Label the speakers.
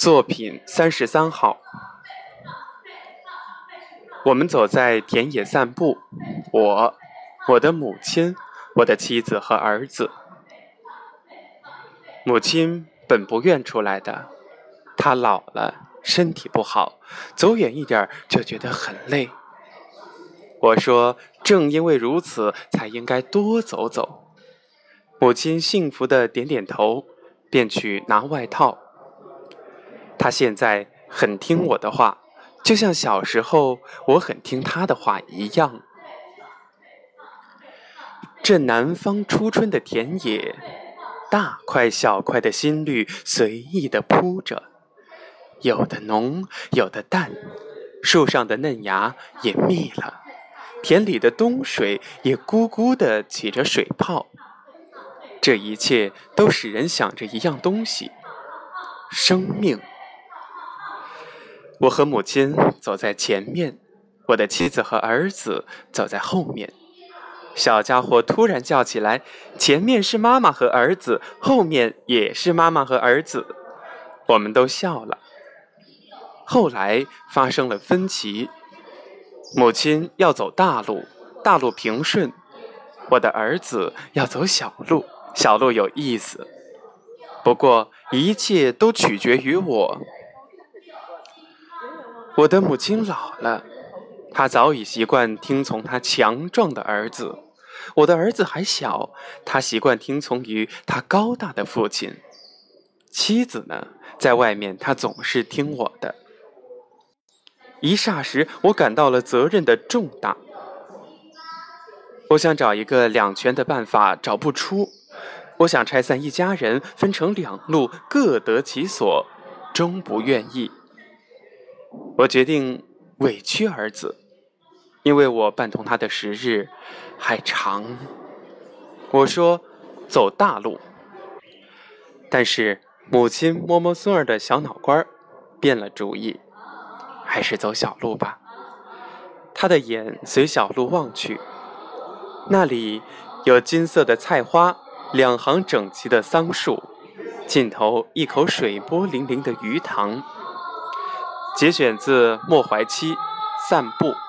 Speaker 1: 作品33号。我们走在田野散步，我的母亲，我的妻子和儿子。母亲本不愿出来的，她老了，身体不好，走远一点就觉得很累。我说，正因为如此，才应该多走走。母亲幸福地点点头，便去拿外套。她现在很听我的话，就像小时候我很听她的话一样。这南方初春的田野，大块小块的新绿随意地铺着，有的浓，有的淡，树上的嫩芽也密了，田里的冬水也咕咕地起着水泡。这一切都使人想着一样东西：生命。我和母亲走在前面，我的妻子和儿子走在后面。小家伙突然叫起来，前面是妈妈和儿子，后面也是妈妈和儿子。我们都笑了。后来发生了分歧，母亲要走大路，大路平顺，我的儿子要走小路，小路有意思。不过一切都取决于我。我的母亲老了，她早已习惯听从她强壮的儿子。我的儿子还小，他习惯听从于他高大的父亲。妻子呢，在外面她总是听我的。一霎时，我感到了责任的重大。我想找一个两全的办法，找不出。我想拆散一家人，分成两路，各得其所，终不愿意。我决定委屈儿子，因为我伴同他的时日还长。我说走大路，但是母亲摸摸孙儿的小脑瓜，变了主意，还是走小路吧。他的眼随小路望去，那里有金色的菜花，两行整齐的桑树，尽头一口水波粼粼的鱼塘。节选自莫怀期《散步》。